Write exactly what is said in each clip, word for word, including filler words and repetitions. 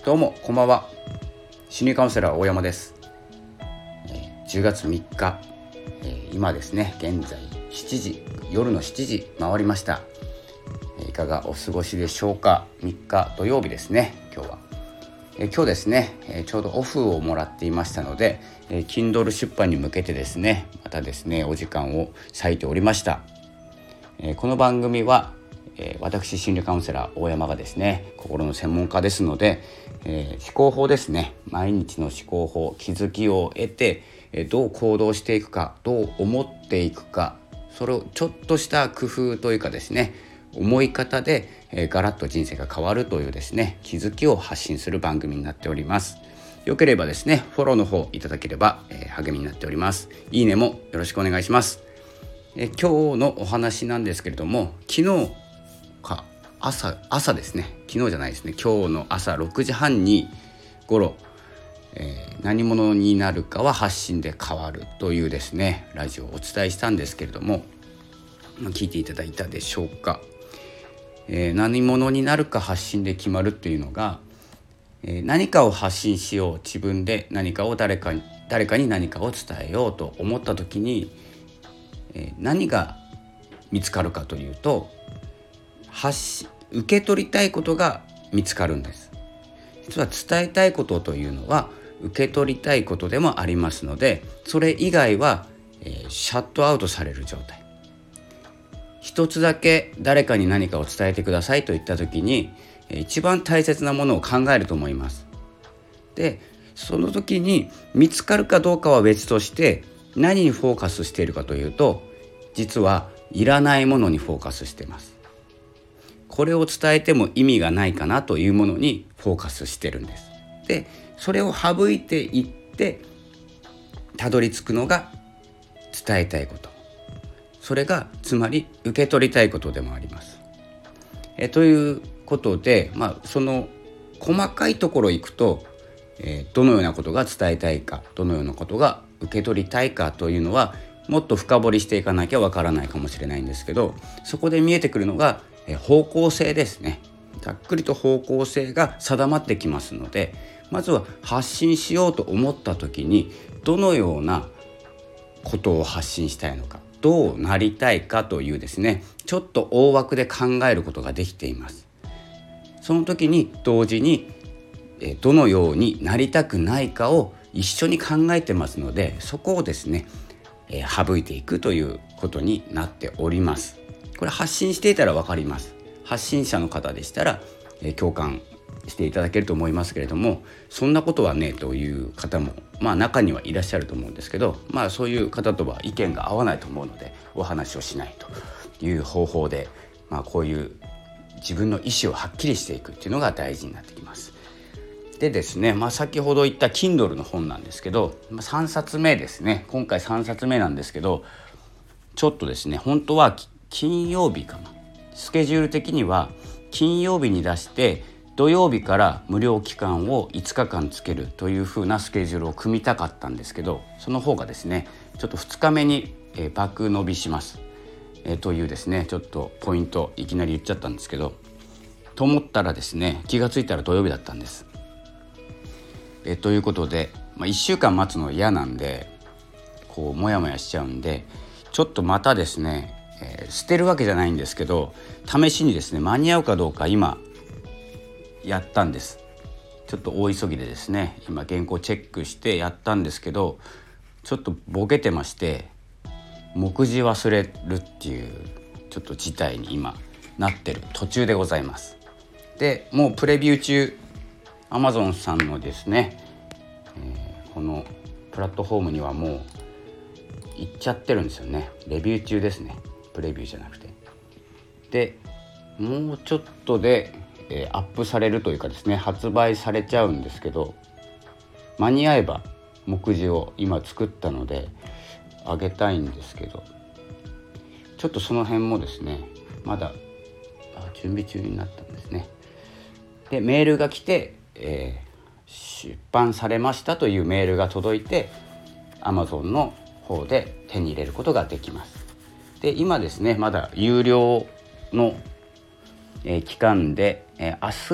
どうもこんばんは。心理カウンセラー大山です。えー、じゅうがつみっか、えー、今ですね現在しちじ夜のしちじ回りました。えー、いかがお過ごしでしょうか。みっか土曜日ですね今日は。えー、今日ですね、えー、ちょうどオフをもらっていましたので、えー、Kindle 出版に向けてですねまたですねお時間を割いておりました。えー、この番組はえー、私心理カウンセラー大山がですね心の専門家ですので、えー、思考法ですね毎日の思考法気づきを得て、えー、どう行動していくかどう思っていくかそれをちょっとした工夫というかですね思い方で、えー、ガラッと人生が変わるというですね気づきを発信する番組になっております。よければですねフォローの方いただければ、えー、励みになっております。いいねもよろしくお願いします。えー、今日のお話なんですけれども昨日か朝朝ですね昨日じゃないですね今日の朝ろくじはんに頃、えー、何者になるかは発信で変わるというですねラジオをお伝えしたんですけれども聞いていただいたでしょうか。えー、何者になるか発信で決まるっていうのが、えー、何かを発信しよう自分で何かを誰かに誰かに何かを伝えようと思った時に、えー、何が見つかるかというと発受け取りたいことが見つかるんです。実は伝えたいことというのは受け取りたいことでもありますのでそれ以外は、えー、シャットアウトされる状態。一つだけ誰かに何かを伝えてくださいと言った時に一番大切なものを考えると思います。でその時に見つかるかどうかは別として何にフォーカスしているかというと実はいらないものにフォーカスしています。これを伝えても意味がないかなというものにフォーカスしてるんです。でそれを省いていってたどり着くのが伝えたいこと、それがつまり受け取りたいことでもあります。えということで、まあ、その細かいところ行くと、えー、どのようなことが伝えたいかどのようなことが受け取りたいかというのはもっと深掘りしていかなきゃわからないかもしれないんですけどそこで見えてくるのが方向性ですね。ざっくりと方向性が定まってきますのでまずは発信しようと思った時にどのようなことを発信したいのかどうなりたいかというですねちょっと大枠で考えることができています。その時に同時にどのようになりたくないかを一緒に考えてますのでそこをですね省いていくということになっております。これ発信していたら分かります。発信者の方でしたら、えー、共感していただけると思いますけれどもそんなことはねという方もまあ中にはいらっしゃると思うんですけどまあそういう方とは意見が合わないと思うのでお話をしないという方法で、まあ、こういう自分の意思をはっきりしていくっていうのが大事になってきます。でですね、まあ、先ほど言った Kindle の本なんですけどさんさつめですね今回さんさつめなんですけどちょっとですね本当は金曜日かなスケジュール的には金曜日に出して土曜日から無料期間をいつかかんつけるというふうなスケジュールを組みたかったんですけどその方がですねちょっとふつかめに、えー、爆伸びします、えー、というですねちょっとポイントいきなり言っちゃったんですけどと思ったらですね気がついたら土曜日だったんです。えー、ということで、まあ、いっしゅうかん待つの嫌なんでこうモヤモヤしちゃうんでちょっとまたですねえー、捨てるわけじゃないんですけど試しにですね間に合うかどうか今やったんです。ちょっと大急ぎでですね今原稿チェックしてやったんですけどちょっとボケてまして目次忘れるっていうちょっと事態に今なってる途中でございます。でもうプレビュー中 Amazon さんのですね、えー、このプラットフォームにはもう行っちゃってるんですよね。レビュー中ですねプレビューじゃなくてでもうちょっとで、えー、アップされるというかですね発売されちゃうんですけど間に合えば目次を今作ったのであげたいんですけどちょっとその辺もですねまだ準備中になったんですね。でメールが来て、えー、出版されましたというメールが届いて Amazon の方で手に入れることができます。で今ですねまだ有料の、えー、期間で、えー、明日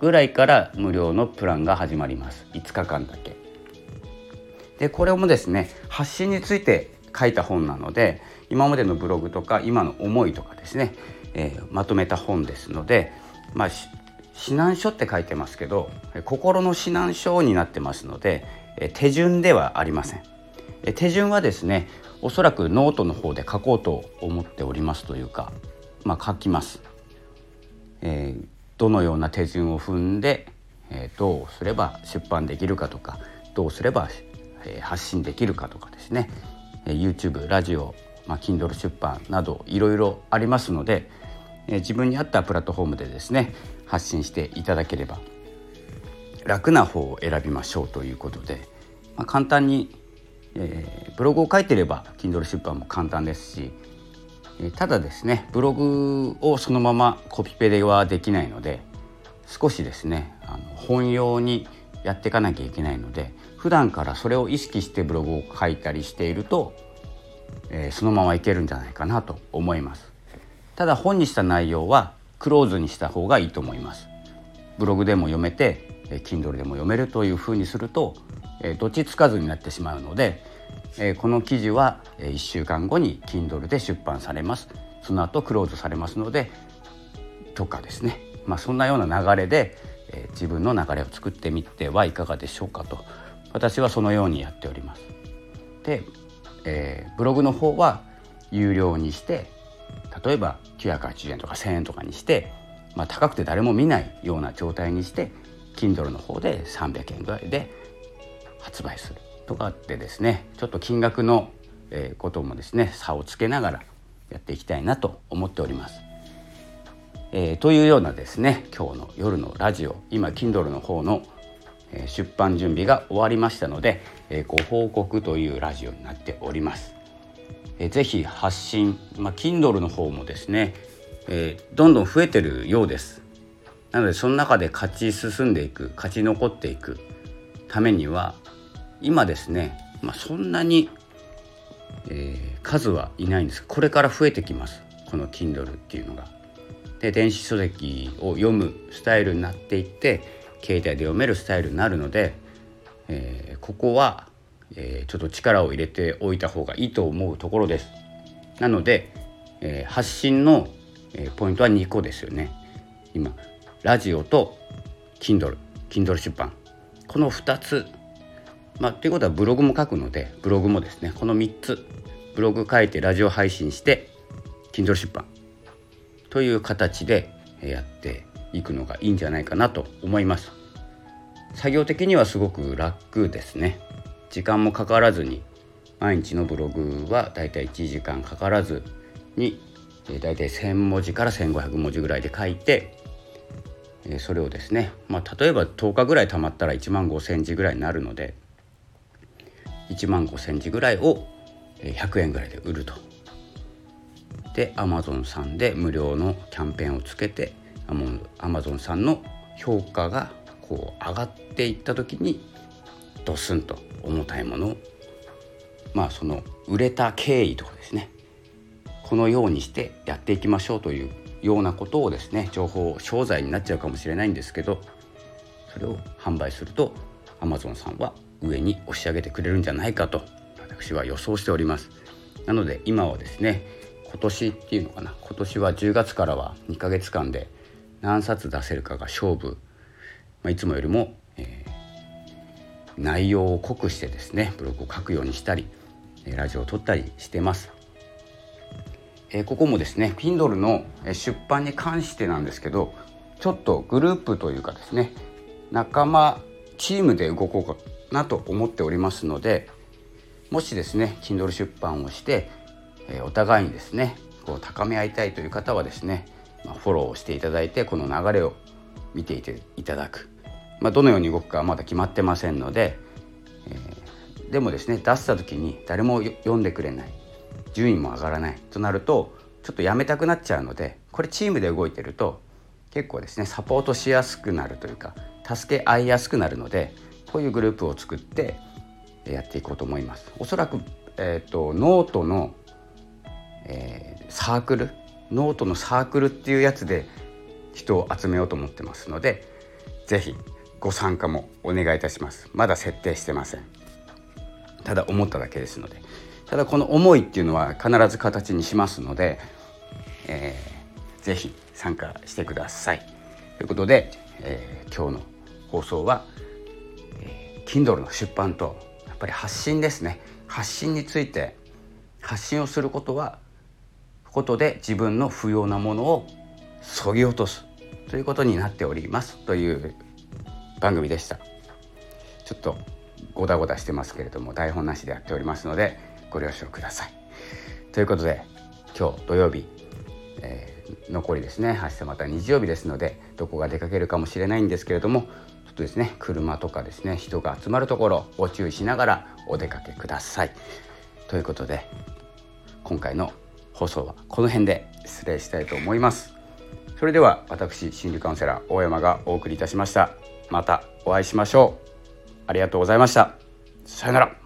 ぐらいから無料のプランが始まります。いつかかんだけで、これもですね発信について書いた本なので、今までのブログとか今の思いとかですね、えー、まとめた本ですので、まあ指南書って書いてますけど、心の指南書になってますので、手順ではありません。手順はですね、おそらくノートの方で書こうと思っておりますというか、まあ書きます。えー、どのような手順を踏んで、えー、どうすれば出版できるかとか、どうすれば、えー、発信できるかとかですね、えー、YouTube、ラジオ、まあ、Kindle 出版などいろいろありますので、えー、自分に合ったプラットフォームでですね発信していただければ、楽な方を選びましょうということで、まあ、簡単に、えー、ブログを書いてれば Kindle 出版も簡単ですし、えー、ただですねブログをそのままコピペではできないので、少しですねあの本用にやっていかなきゃいけないので、普段からそれを意識してブログを書いたりしていると、えー、そのままいけるんじゃないかなと思います。ただ本にした内容はクローズにした方がいいと思います。ブログでも読めて、えー、Kindle でも読めるというふうにすると、えー、どっちつかずになってしまうので、えー、この記事は、えー、いっしゅうかんごに Kindle で出版されます。その後クローズされますのでとかですね、まあ、そんなような流れで、えー、自分の流れを作ってみてはいかがでしょうかと、私はそのようにやっております。で、えー、ブログの方は有料にして、例えばきゅうひゃくはちじゅうえんとかせんえんとかにして、まあ、高くて誰も見ないような状態にして Kindle の方でさんびゃくえんぐらいで発売するとかってですね、ちょっと金額のこともですね差をつけながらやっていきたいなと思っております。えー、というようなですね、今日の夜のラジオ、今 Kindle の方の出版準備が終わりましたので、えー、ご報告というラジオになっております。えー、ぜひ発信、まあ、Kindle の方もですね、えー、どんどん増えてるようです。なのでその中で勝ち進んでいく、勝ち残っていくためには今ですね、まあ、そんなに、えー、数はいないんです。これから増えてきます、この Kindle っていうのが。で、電子書籍を読むスタイルになっていって、携帯で読めるスタイルになるので、えー、ここは、えー、ちょっと力を入れておいた方がいいと思うところです。なので、えー、発信の、えー、ポイントはにこですよね。今ラジオと Kindle、Kindle 出版、このふたつ、まあ、ということはブログも書くので、ブログもですねこのみっつ、ブログ書いてラジオ配信して Kindle 出版という形でやっていくのがいいんじゃないかなと思います。作業的にはすごく楽ですね。時間もかからずに、毎日のブログはだいたいいちじかんかからずに、だいたいせんもじからせんごひゃくもじぐらいで書いて、それをですね、まあ、例えばとおかぐらい溜まったらいちまんごせんじぐらいになるので、いちまんごせんじぐらいをひゃくえんぐらいで売ると。で Amazon さんで無料のキャンペーンをつけて、 Amazon さんの評価がこう上がっていった時にドスンと重たいものを、まあその売れた経緯とかですね、このようにしてやっていきましょうというようなことをですね、情報商材になっちゃうかもしれないんですけど、それを販売すると Amazon さんは上に押し上げてくれるんじゃないかと私は予想しております。なので今はですね、今年っていうのかな、今年はじゅうがつからはにかげつかんで何冊出せるかが勝負、まあ、いつもよりも、えー、内容を濃くしてですねブログを書くようにしたり、ラジオを撮ったりしてます。えー、ここもですね Kindle の出版に関してなんですけど、ちょっとグループというかですね、仲間チームで動こうかなと思っておりますので、もしですね Kindle 出版をしてお互いにですねこう高め合いたいという方はですね、まあ、フォローしていただいて、この流れを見ていていただく、まあ、どのように動くかはまだ決まってませんので、えー、でもですね出した時に誰も読んでくれない、順位も上がらないとなるとちょっとやめたくなっちゃうので、これチームで動いてると結構ですねサポートしやすくなるというか、助け合いやすくなるので、こういうグループを作ってやっていこうと思います。おそらく、えーと、ノートのえー、サークルノートのサークルっていうやつで人を集めようと思ってますので、 ぜひご参加もお願いいたします。まだ設定してません。ただ思っただけですので、ただこの思いっていうのは必ず形にしますので、えー、ぜひ参加してくださいということで、えー、今日の放送は、えー、Kindle の出版とやっぱり発信ですね。発信について、発信をすることはことで自分の不要なものを削ぎ落とすということになっておりますという番組でした。ちょっとゴダゴダしてますけれども、台本なしでやっておりますのでご了承くださいということで、今日土曜日、えー、残りですね、明日また日曜日ですので、どこが出かけるかもしれないんですけれども、ちょっとですね、車とかですね、人が集まるところご注意しながらお出かけくださいということで、今回の放送はこの辺で失礼したいと思います。それでは私、心理カウンセラー大山がお送りいたしました。またお会いしましょう。ありがとうございました。さよなら。